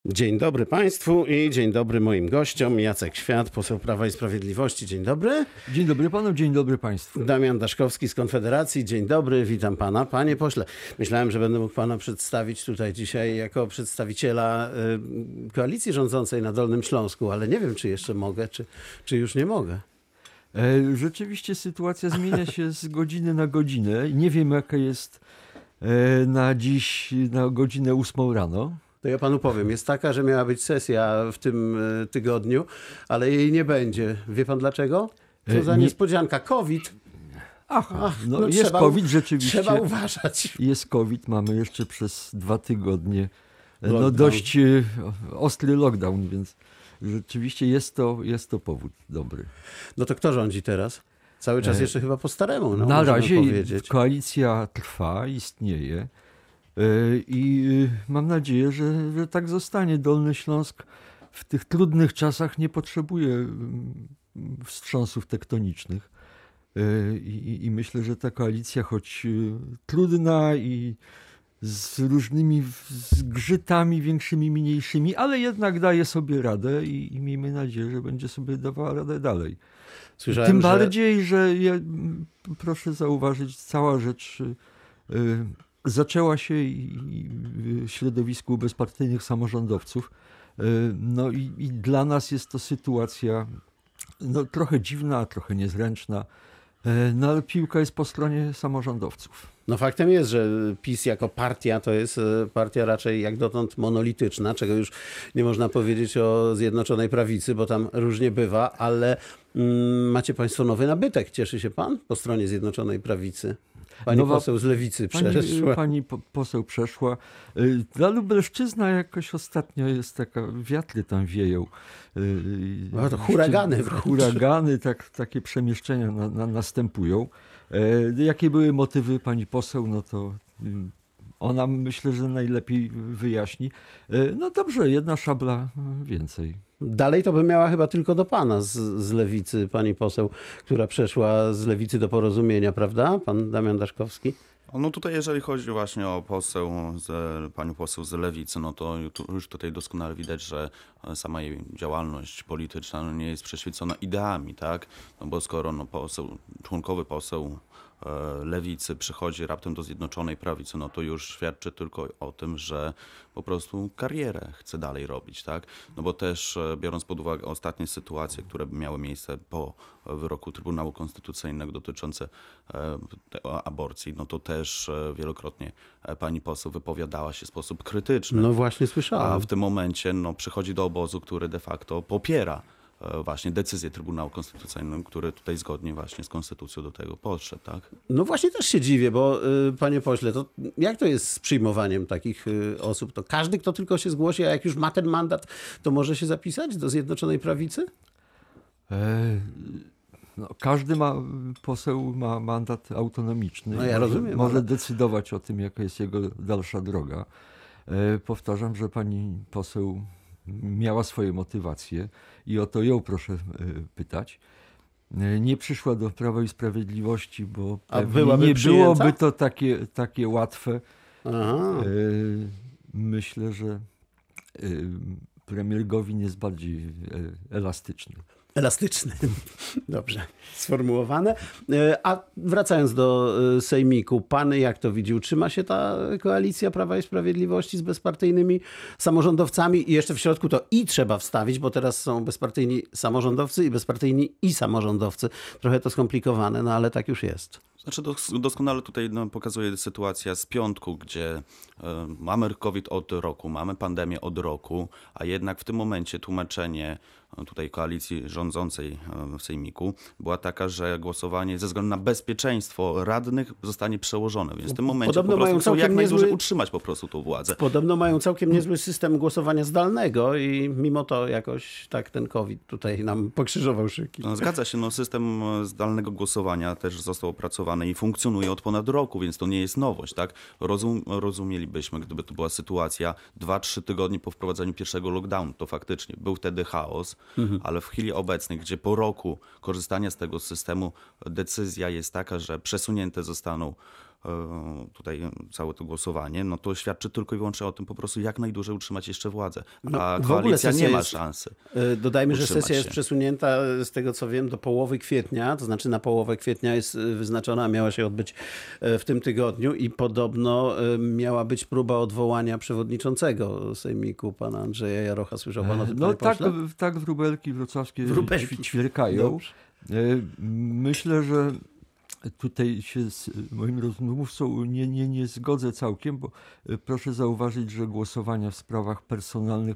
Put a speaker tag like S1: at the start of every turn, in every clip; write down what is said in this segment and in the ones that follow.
S1: Dzień dobry Państwu i dzień dobry moim gościom. Jacek Świat, poseł Prawa i Sprawiedliwości. Dzień dobry.
S2: Dzień dobry panu, dzień dobry państwu.
S1: Damian Daszkowski z Konfederacji. Dzień dobry, witam pana. Panie pośle, myślałem, że będę mógł pana przedstawić tutaj dzisiaj jako przedstawiciela koalicji rządzącej na Dolnym Śląsku, ale nie wiem, czy jeszcze mogę, czy już nie mogę.
S2: Rzeczywiście sytuacja zmienia się z godziny na godzinę. Nie wiem, jaka jest na dziś, na godzinę 8 rano.
S1: To ja panu powiem, jest taka, że miała być sesja w tym tygodniu, ale jej nie będzie. Wie pan dlaczego? Co za niespodzianka. COVID.
S2: No jest COVID rzeczywiście.
S1: Trzeba uważać.
S2: Jest COVID, mamy jeszcze przez 2 tygodnie
S1: Lockdown.
S2: dość ostry lockdown, więc rzeczywiście jest to powód dobry.
S1: No to kto rządzi teraz? Cały czas jeszcze chyba po staremu. No,
S2: Na
S1: możemy
S2: razie
S1: powiedzieć.
S2: koalicja trwa, istnieje i mam nadzieję, że tak zostanie. Dolny Śląsk w tych trudnych czasach nie potrzebuje wstrząsów tektonicznych i myślę, że ta koalicja, choć trudna i z różnymi zgrzytami większymi, mniejszymi, ale jednak daje sobie radę i miejmy nadzieję, że będzie sobie dawała radę dalej.
S1: Słyszałem,
S2: Tym bardziej, że proszę zauważyć, cała rzecz zaczęła się w środowisku bezpartyjnych samorządowców. No i dla nas jest to sytuacja trochę dziwna, trochę niezręczna, no ale piłka jest po stronie samorządowców.
S1: No faktem jest, że PiS jako partia to jest partia raczej jak dotąd monolityczna, czego już nie można powiedzieć o Zjednoczonej Prawicy, bo tam różnie bywa, ale macie państwo nowy nabytek. Cieszy się pan po stronie Zjednoczonej Prawicy? Pani poseł z Lewicy przeszła.
S2: Pani poseł przeszła. Dla Lubelszczyzna jakoś ostatnio jest taka, wiatry tam wieją.
S1: To huragany.
S2: Huragany, takie przemieszczenia następują. Jakie były motywy pani poseł, no to ona myślę, że najlepiej wyjaśni. No dobrze, jedna szabla więcej.
S1: Dalej to by miała chyba tylko do pana z Lewicy, pani poseł, która przeszła z Lewicy do Porozumienia, prawda? Pan Damian Daszkowski.
S3: No tutaj jeżeli chodzi właśnie o panią poseł z Lewicy, no to już tutaj doskonale widać, że sama jej działalność polityczna nie jest przeświecona ideami, tak? No bo skoro członkowy poseł Lewicy przychodzi raptem do Zjednoczonej Prawicy, no to już świadczy tylko o tym, że po prostu karierę chce dalej robić, tak? No bo też biorąc pod uwagę ostatnie sytuacje, które miały miejsce po wyroku Trybunału Konstytucyjnego dotyczące aborcji, no to też wielokrotnie pani poseł wypowiadała się w sposób krytyczny.
S1: No właśnie słyszałem.
S3: A w tym momencie przychodzi do obozu, który de facto popiera właśnie decyzję Trybunału Konstytucyjnego, który tutaj zgodnie właśnie z konstytucją do tego podszedł, tak?
S1: No właśnie też się dziwię, bo panie pośle, to jak to jest z przyjmowaniem takich osób? To każdy, kto tylko się zgłosi, a jak już ma ten mandat, to może się zapisać do Zjednoczonej Prawicy?
S2: Każdy poseł ma mandat autonomiczny.
S1: No ja rozumiem.
S2: Może decydować o tym, jaka jest jego dalsza droga. Powtarzam, że pani poseł miała swoje motywacje i o to ją proszę pytać. Nie przyszła do Prawa i Sprawiedliwości, bo nie byłoby to takie łatwe.
S1: Aha.
S2: Myślę, że premier Gowin jest bardziej elastyczny.
S1: Elastyczny. Dobrze sformułowane. A wracając do Sejmiku, pan jak to widział? Trzyma się ta koalicja Prawa i Sprawiedliwości z bezpartyjnymi samorządowcami? I jeszcze w środku to i trzeba wstawić, bo teraz są bezpartyjni samorządowcy i bezpartyjni i samorządowcy. Trochę to skomplikowane, no ale tak już jest.
S3: Znaczy doskonale tutaj pokazuje sytuacja z piątku, gdzie mamy COVID od roku, mamy pandemię od roku, a jednak w tym momencie tłumaczenie tutaj koalicji rządzącej w Sejmiku była taka, że głosowanie ze względu na bezpieczeństwo radnych zostanie przełożone. Więc w tym momencie
S1: Podobno
S3: po prostu chcą jak najdłużej utrzymać po prostu tą władzę.
S1: Podobno mają całkiem niezły system głosowania zdalnego i mimo to jakoś tak ten COVID tutaj nam pokrzyżował szyki.
S3: No, zgadza się, system zdalnego głosowania też został opracowany i funkcjonuje od ponad roku, więc to nie jest nowość, tak? Rozumielibyśmy, gdyby to była sytuacja 2-3 tygodnie po wprowadzeniu pierwszego lockdownu, to faktycznie był wtedy chaos, ale w chwili obecnej, gdzie po roku korzystania z tego systemu decyzja jest taka, że przesunięte zostaną tutaj całe to głosowanie, no to świadczy tylko i wyłącznie o tym po prostu jak najdłużej utrzymać jeszcze władzę.
S1: No,
S3: A
S1: w ogóle
S3: koalicja
S1: sesja
S3: nie ma
S1: jest-
S3: szansy.
S1: Dodajmy, że
S3: utrzymać
S1: sesja jest
S3: się.
S1: przesunięta, z tego co wiem, do połowy kwietnia, to znaczy na połowę kwietnia jest wyznaczona, miała się odbyć w tym tygodniu i podobno miała być próba odwołania przewodniczącego Sejmiku, pana Andrzeja Jarocha. Słyszał pan o tym,
S2: No
S1: panie
S2: tak,
S1: pośle?
S2: tak wróbelki wrocławskie
S1: Wróbelki.
S2: ćwierkają.
S1: Dobrze.
S2: Myślę, że tutaj się z moim rozmówcą nie zgodzę całkiem, bo proszę zauważyć, że głosowania w sprawach personalnych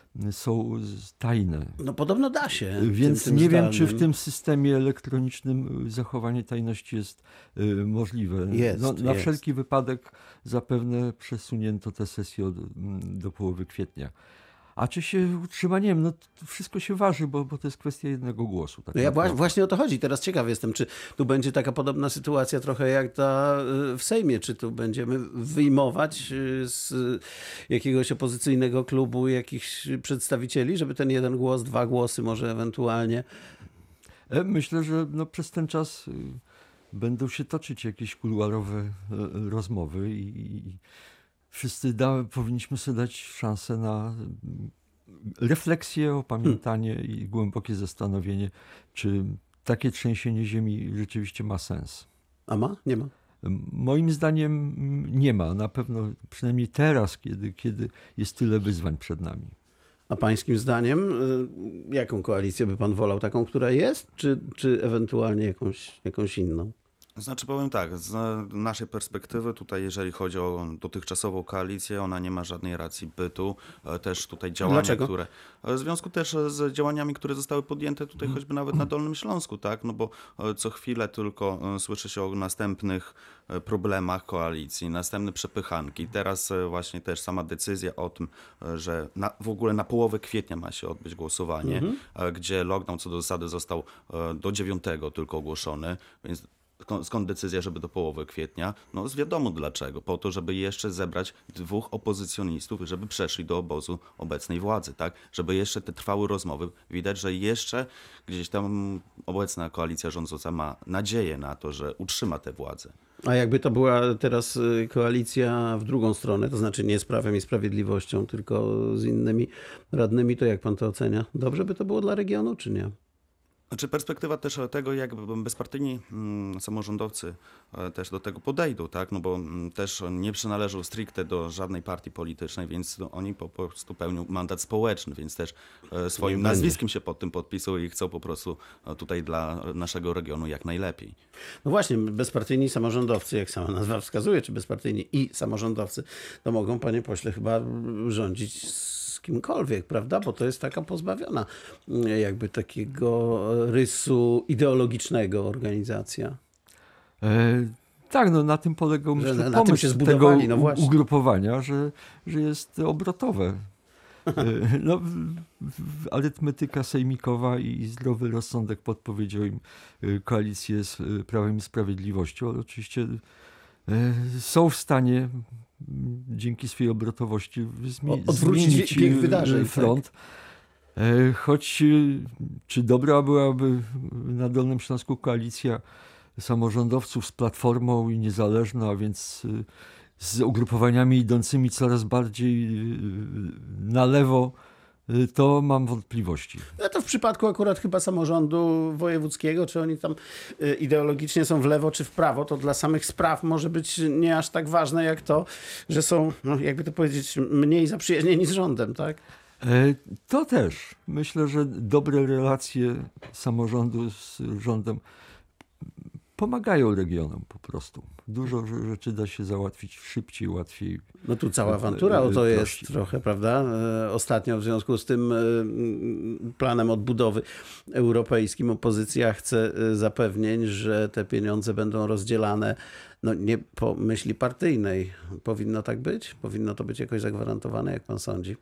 S2: są tajne.
S1: No podobno da się.
S2: Więc
S1: tym
S2: nie wiem, czy w
S1: zdalnym.
S2: tym systemie elektronicznym zachowanie tajności jest możliwe.
S1: Jest,
S2: Na
S1: jest.
S2: wszelki wypadek zapewne przesunięto tę sesję do połowy kwietnia. A czy się utrzyma? Nie wiem, no to wszystko się waży, bo to jest kwestia jednego głosu. Tak
S1: No ja
S2: naprawdę.
S1: właśnie o to chodzi. Teraz ciekaw jestem, czy tu będzie taka podobna sytuacja trochę jak ta w Sejmie, czy tu będziemy wyjmować z jakiegoś opozycyjnego klubu jakichś przedstawicieli, żeby ten jeden głos, dwa głosy może ewentualnie.
S2: Myślę, że no przez ten czas będą się toczyć jakieś kuluarowe rozmowy i wszyscy powinniśmy sobie dać szansę na refleksję, opamiętanie i głębokie zastanowienie, czy takie trzęsienie ziemi rzeczywiście ma sens.
S1: A ma? Nie ma.
S2: Moim zdaniem nie ma. Na pewno przynajmniej teraz, kiedy jest tyle wyzwań przed nami.
S1: A pańskim zdaniem, jaką koalicję by pan wolał? Taką, która jest, czy ewentualnie jakąś inną?
S3: Znaczy powiem tak, z naszej perspektywy tutaj, jeżeli chodzi o dotychczasową koalicję, ona nie ma żadnej racji bytu. Też tutaj działania,
S1: Dlaczego?
S3: które... W związku też z działaniami, które zostały podjęte tutaj choćby nawet na Dolnym Śląsku, tak? No bo co chwilę tylko słyszy się o następnych problemach koalicji, następne przepychanki. Teraz właśnie też sama decyzja o tym, że w ogóle na połowę kwietnia ma się odbyć głosowanie, gdzie lockdown co do zasady został do 9 tylko ogłoszony, więc skąd decyzja, żeby do połowy kwietnia? No wiadomo dlaczego. Po to, żeby jeszcze zebrać dwóch opozycjonistów, żeby przeszli do obozu obecnej władzy, tak? Żeby jeszcze te trwały rozmowy. Widać, że jeszcze gdzieś tam obecna koalicja rządząca ma nadzieję na to, że utrzyma tę władzę.
S1: A jakby to była teraz koalicja w drugą stronę, to znaczy nie z Prawem i Sprawiedliwością, tylko z innymi radnymi, to jak pan to ocenia? Dobrze by to było dla regionu, czy nie?
S3: Znaczy perspektywa też tego, jak bezpartyjni samorządowcy też do tego podejdą, tak? No bo też nie przynależą stricte do żadnej partii politycznej, więc oni po prostu pełnią mandat społeczny, więc też swoim
S1: Nie
S3: nazwiskiem się pod tym podpisują i chcą po prostu tutaj dla naszego regionu jak najlepiej.
S1: No właśnie, bezpartyjni samorządowcy, jak sama nazwa wskazuje, czy bezpartyjni i samorządowcy, to mogą, panie pośle, chyba rządzić z kimkolwiek, prawda? Bo to jest taka pozbawiona jakby takiego rysu ideologicznego organizacja.
S2: Tak, no na tym polegał
S1: Że
S2: myślę,
S1: na tym
S2: pomysł
S1: się
S2: tego
S1: zbudowali, no właśnie.
S2: ugrupowania, że jest obrotowe. No, arytmetyka sejmikowa i zdrowy rozsądek podpowiedział im koalicję z Prawem i Sprawiedliwością, ale oczywiście są w stanie dzięki swojej obrotowości
S1: odwrócić
S2: zmienić
S1: bieg wydarzeń,
S2: front. Choć czy dobra byłaby na Dolnym Śląsku koalicja samorządowców z Platformą i Niezależna, a więc z ugrupowaniami idącymi coraz bardziej na lewo, to mam wątpliwości.
S1: No to w przypadku akurat chyba samorządu wojewódzkiego, czy oni tam ideologicznie są w lewo czy w prawo, to dla samych spraw może być nie aż tak ważne jak to, że są, no jakby to powiedzieć, mniej zaprzyjaźnieni z rządem, tak?
S2: To też. Myślę, że dobre relacje samorządu z rządem pomagają regionom po prostu. Dużo rzeczy da się załatwić szybciej, łatwiej.
S1: No tu cała awantura o to jest
S2: prościej.
S1: trochę, prawda? Ostatnio w związku z tym planem odbudowy europejskim opozycja chce zapewnień, że te pieniądze będą rozdzielane no nie po myśli partyjnej. Powinno tak być? Powinno to być jakoś zagwarantowane, jak pan sądzi?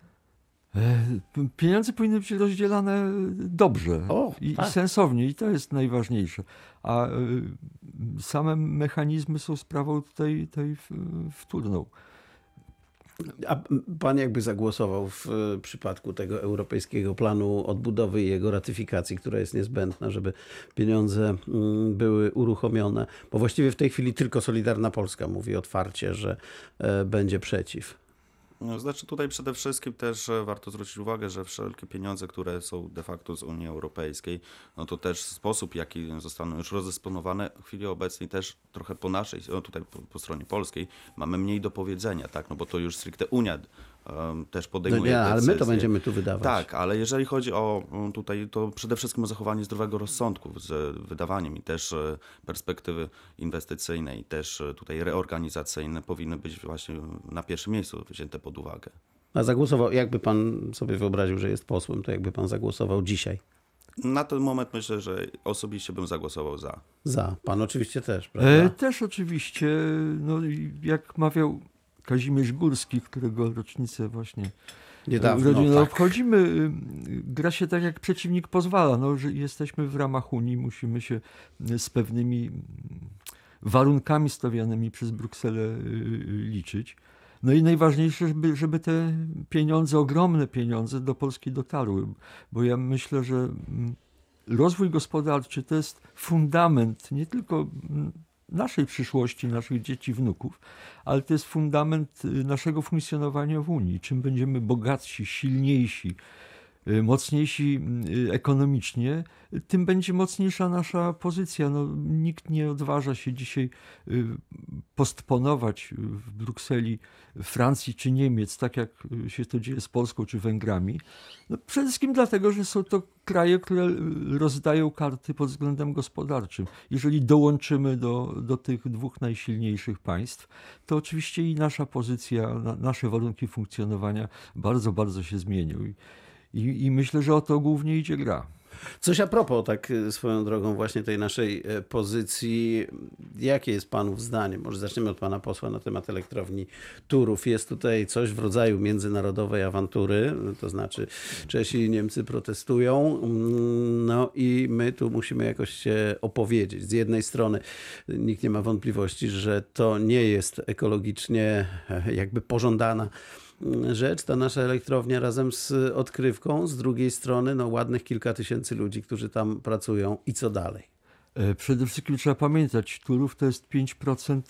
S2: Pieniądze powinny być rozdzielane dobrze i
S1: tak.
S2: sensownie i to jest najważniejsze. A same mechanizmy są sprawą tutaj wtórną.
S1: A pan jakby zagłosował w przypadku tego Europejskiego Planu Odbudowy i jego ratyfikacji, która jest niezbędna, żeby pieniądze były uruchomione? Bo właściwie w tej chwili tylko Solidarna Polska mówi otwarcie, że będzie przeciw.
S3: No, znaczy tutaj przede wszystkim też warto zwrócić uwagę, że wszelkie pieniądze, które są de facto z Unii Europejskiej, no to też sposób, jaki zostaną już rozdysponowane w chwili obecnej też trochę po naszej, no tutaj po stronie polskiej mamy mniej do powiedzenia, tak, no bo to już stricte Unia też podejmuje
S1: ale
S3: decyzje.
S1: my to będziemy tu wydawać.
S3: Tak, ale jeżeli chodzi o tutaj, to przede wszystkim o zachowanie zdrowego rozsądku z wydawaniem i też perspektywy inwestycyjnej, też tutaj reorganizacyjne powinny być właśnie na pierwszym miejscu wzięte pod uwagę.
S1: A zagłosował, jakby pan sobie wyobraził, że jest posłem, to jakby pan zagłosował dzisiaj?
S3: Na ten moment myślę, że osobiście bym zagłosował za.
S1: Za. Pan oczywiście też, prawda?
S2: Też oczywiście, no, jak mawiał Kazimierz Górski, którego rocznicę właśnie
S1: Niedawno,
S2: urodziny
S1: tak.
S2: obchodzimy, gra się tak, jak przeciwnik pozwala. No, że jesteśmy w ramach Unii, musimy się z pewnymi warunkami stawianymi przez Brukselę liczyć. No i najważniejsze, żeby te pieniądze, ogromne pieniądze do Polski dotarły, bo ja myślę, że rozwój gospodarczy to jest fundament nie tylko naszej przyszłości, naszych dzieci, wnuków, ale to jest fundament naszego funkcjonowania w Unii. Czym będziemy bogatsi, silniejsi, mocniejsi ekonomicznie, tym będzie mocniejsza nasza pozycja. No, nikt nie odważa się dzisiaj postponować w Brukseli Francji czy Niemiec, tak jak się to dzieje z Polską czy Węgrami. No, przede wszystkim dlatego, że są to kraje, które rozdają karty pod względem gospodarczym. Jeżeli dołączymy do tych dwóch najsilniejszych państw, to oczywiście i nasza pozycja, nasze warunki funkcjonowania bardzo, bardzo się zmienią. I myślę, że o to głównie idzie gra.
S1: Coś a propos, tak swoją drogą, właśnie tej naszej pozycji. Jakie jest panów zdanie? Może zaczniemy od pana posła na temat elektrowni Turów. Jest tutaj coś w rodzaju międzynarodowej awantury, to znaczy Czesi i Niemcy protestują, no i my tu musimy jakoś się opowiedzieć. Z jednej strony nikt nie ma wątpliwości, że to nie jest ekologicznie jakby pożądana rzecz, ta nasza elektrownia razem z odkrywką, z drugiej strony no, ładnych kilka tysięcy ludzi, którzy tam pracują i co dalej?
S2: Przede wszystkim trzeba pamiętać, Turów to jest 5%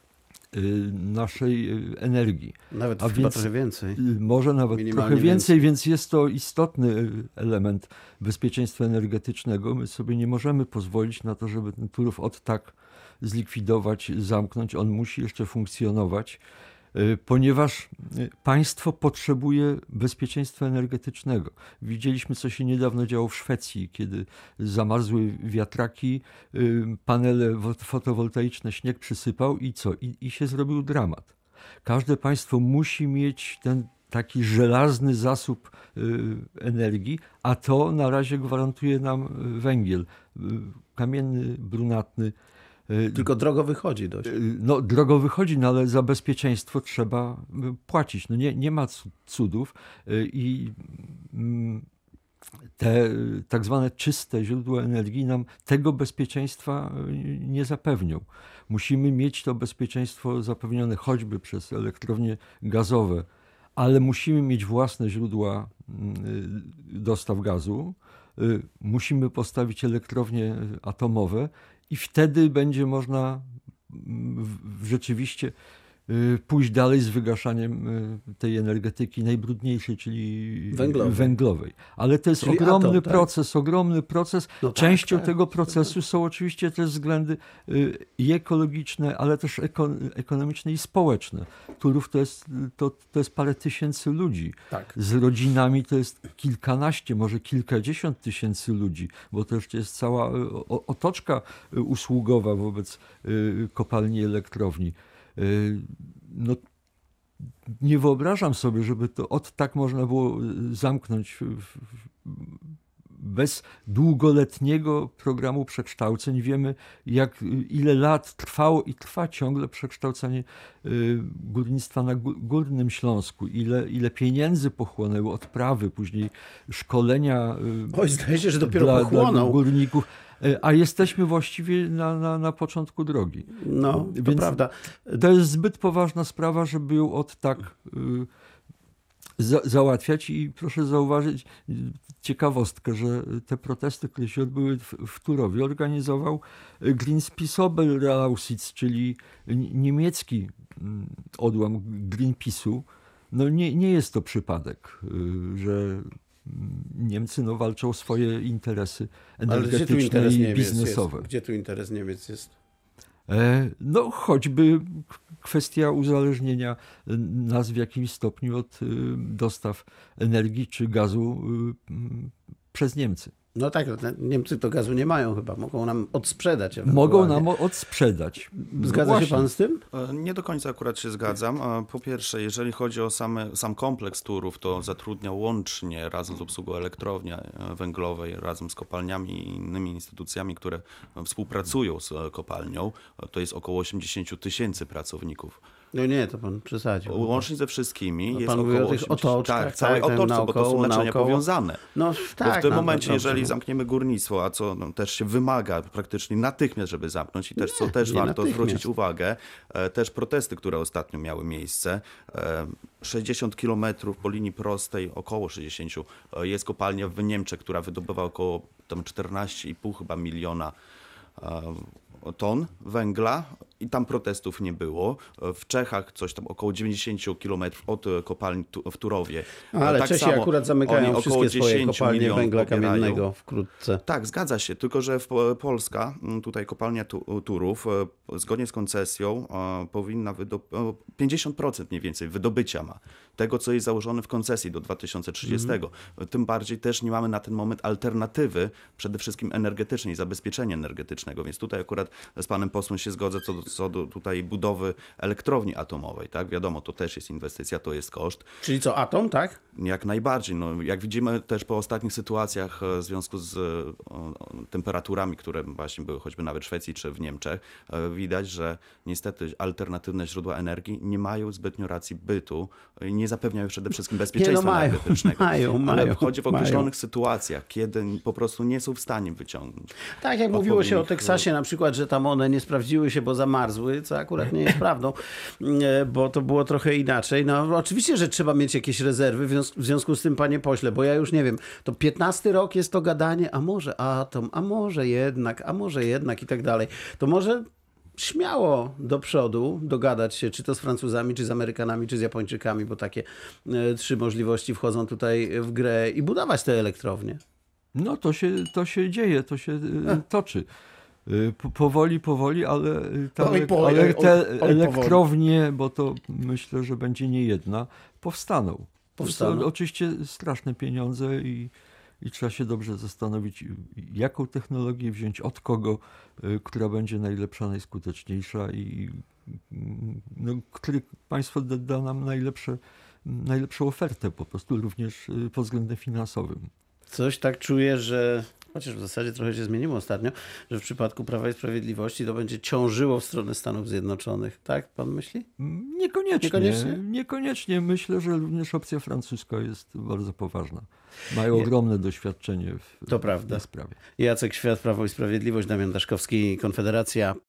S2: naszej energii.
S1: Nawet
S2: A
S1: chyba
S2: więc
S1: trochę więcej.
S2: Może nawet
S1: Minimalnie
S2: trochę więcej, więc jest to istotny element bezpieczeństwa energetycznego. My sobie nie możemy pozwolić na to, żeby ten Turów od tak zlikwidować, zamknąć. On musi jeszcze funkcjonować, ponieważ państwo potrzebuje bezpieczeństwa energetycznego. Widzieliśmy, co się niedawno działo w Szwecji, kiedy zamarzły wiatraki, panele fotowoltaiczne, śnieg przysypał i co? I się zrobił dramat. Każde państwo musi mieć ten taki żelazny zasób energii, a to na razie gwarantuje nam węgiel kamienny, brunatny.
S1: Tylko drogo wychodzi dość.
S2: No, drogo wychodzi, no ale za bezpieczeństwo trzeba płacić. No nie ma cudów i te tak zwane czyste źródła energii nam tego bezpieczeństwa nie zapewnią. Musimy mieć to bezpieczeństwo zapewnione choćby przez elektrownie gazowe, ale musimy mieć własne źródła dostaw gazu, musimy postawić elektrownie atomowe i wtedy będzie można rzeczywiście pójść dalej z wygaszaniem tej energetyki najbrudniejszej, czyli węglowej. Ale to jest ogromny proces.
S1: No
S2: Częścią tego procesu są oczywiście też względy i ekologiczne, ale też ekonomiczne i społeczne. Turów to jest parę tysięcy ludzi.
S1: Tak.
S2: Z rodzinami to jest kilkanaście, może kilkadziesiąt tysięcy ludzi, bo to jeszcze jest cała otoczka usługowa wobec kopalni, elektrowni. No, nie wyobrażam sobie, żeby to od tak można było zamknąć bez długoletniego programu przekształceń wiemy, ile lat trwało i trwa ciągle przekształcanie górnictwa na Górnym Śląsku, ile pieniędzy pochłonęło odprawy, później szkolenia
S1: Oj, zdaje się, że dopiero
S2: dla
S1: pochłonął.
S2: górników, a jesteśmy właściwie na początku drogi.
S1: No, to
S2: Więc
S1: prawda.
S2: to jest zbyt poważna sprawa, żeby ją od tak załatwiać i proszę zauważyć ciekawostkę, że te protesty, które się odbyły w Turowie, organizował Greenpeace'owy Lausitz, czyli niemiecki odłam Greenpeace'u. No nie jest to przypadek, że Niemcy walczą o swoje interesy energetyczne i biznesowe.
S1: Gdzie tu interes Niemiec jest?
S2: No choćby kwestia uzależnienia nas w jakimś stopniu od dostaw energii czy gazu przez Niemcy.
S1: No tak, Niemcy to gazu nie mają chyba, mogą nam odsprzedać.
S2: Mogą nam odsprzedać.
S1: Zgadza się pan z tym?
S3: Nie do końca akurat się zgadzam. Po pierwsze, jeżeli chodzi o sam kompleks Turów, to zatrudnia łącznie razem z obsługą elektrowni węglowej, razem z kopalniami i innymi instytucjami, które współpracują z kopalnią, to jest około 80 000 pracowników.
S1: No nie, to pan przesadził.
S3: Łącznie ze wszystkimi
S1: No
S3: jest
S1: pan
S3: około
S1: mówi o tych
S3: 80.
S1: otoczkach,
S3: Tak, całej
S1: tak,
S3: otoczce, bo to są naczynia powiązane.
S1: No tak.
S3: Bo w tym
S1: no,
S3: momencie,
S1: dobrze,
S3: jeżeli
S1: no.
S3: zamkniemy górnictwo, a co też się wymaga praktycznie natychmiast, żeby zamknąć i też co też
S1: nie
S3: warto
S1: natychmiast.
S3: zwrócić uwagę, też protesty, które ostatnio miały miejsce. 60 kilometrów po linii prostej, około 60, jest kopalnia w Niemczech, która wydobywa około tam 14,5 chyba miliona ton węgla i tam protestów nie było. W Czechach coś tam około 90 km od kopalni w Turowie.
S1: Ale
S3: tak
S1: Czesi
S3: samo
S1: akurat zamykają
S3: oni
S1: wszystkie swoje
S3: 10
S1: kopalnie
S3: milionów
S1: węgla
S3: pobierają.
S1: kamiennego wkrótce.
S3: Tak, zgadza się, tylko że Polska, tutaj kopalnia Turów, zgodnie z koncesją powinna 50% mniej więcej wydobycia ma tego, co jest założone w koncesji do 2030. Tym bardziej też nie mamy na ten moment alternatywy, przede wszystkim energetycznej, zabezpieczenia energetycznego, więc tutaj akurat z panem posłem się zgodzę co do tutaj budowy elektrowni atomowej, tak? Wiadomo, to też jest inwestycja, to jest koszt.
S1: Czyli co, atom, tak?
S3: Jak najbardziej. No, jak widzimy też po ostatnich sytuacjach w związku z temperaturami, które właśnie były choćby nawet w Szwecji czy w Niemczech, widać, że niestety alternatywne źródła energii nie mają zbytnio racji bytu i nie zapewniają przede wszystkim bezpieczeństwa energetycznego. Ale chodzi w określonych sytuacjach, kiedy po prostu nie są w stanie wyciągnąć.
S1: Tak, jak mówiło się o Teksasie na przykład, że tam one nie sprawdziły się, bo zamarzły, co akurat nie jest prawdą, bo to było trochę inaczej. No oczywiście, że trzeba mieć jakieś rezerwy w związku z tym, panie pośle, bo ja już nie wiem, to 15 rok jest to gadanie, a może atom, a może jednak i tak dalej. To może śmiało do przodu dogadać się, czy to z Francuzami, czy z Amerykanami, czy z Japończykami, bo takie trzy możliwości wchodzą tutaj w grę i budować te elektrownie.
S2: No to się dzieje, to się toczy. Powoli, ale te elektrownie, bo to myślę, że będzie nie jedna, powstaną. To oczywiście straszne pieniądze i trzeba się dobrze zastanowić, jaką technologię wziąć, od kogo, która będzie najlepsza, najskuteczniejsza i który państwo da nam najlepszą ofertę po prostu, również pod względem finansowym.
S1: Coś tak czuję, że chociaż w zasadzie trochę się zmieniło ostatnio, że w przypadku Prawa i Sprawiedliwości to będzie ciążyło w stronę Stanów Zjednoczonych. Tak pan myśli?
S2: Niekoniecznie. Myślę, że również opcja francuska jest bardzo poważna. Mają ogromne doświadczenie w tej sprawie.
S1: Jacek Świat, Prawo i Sprawiedliwość, Damian Daszkowski, Konfederacja.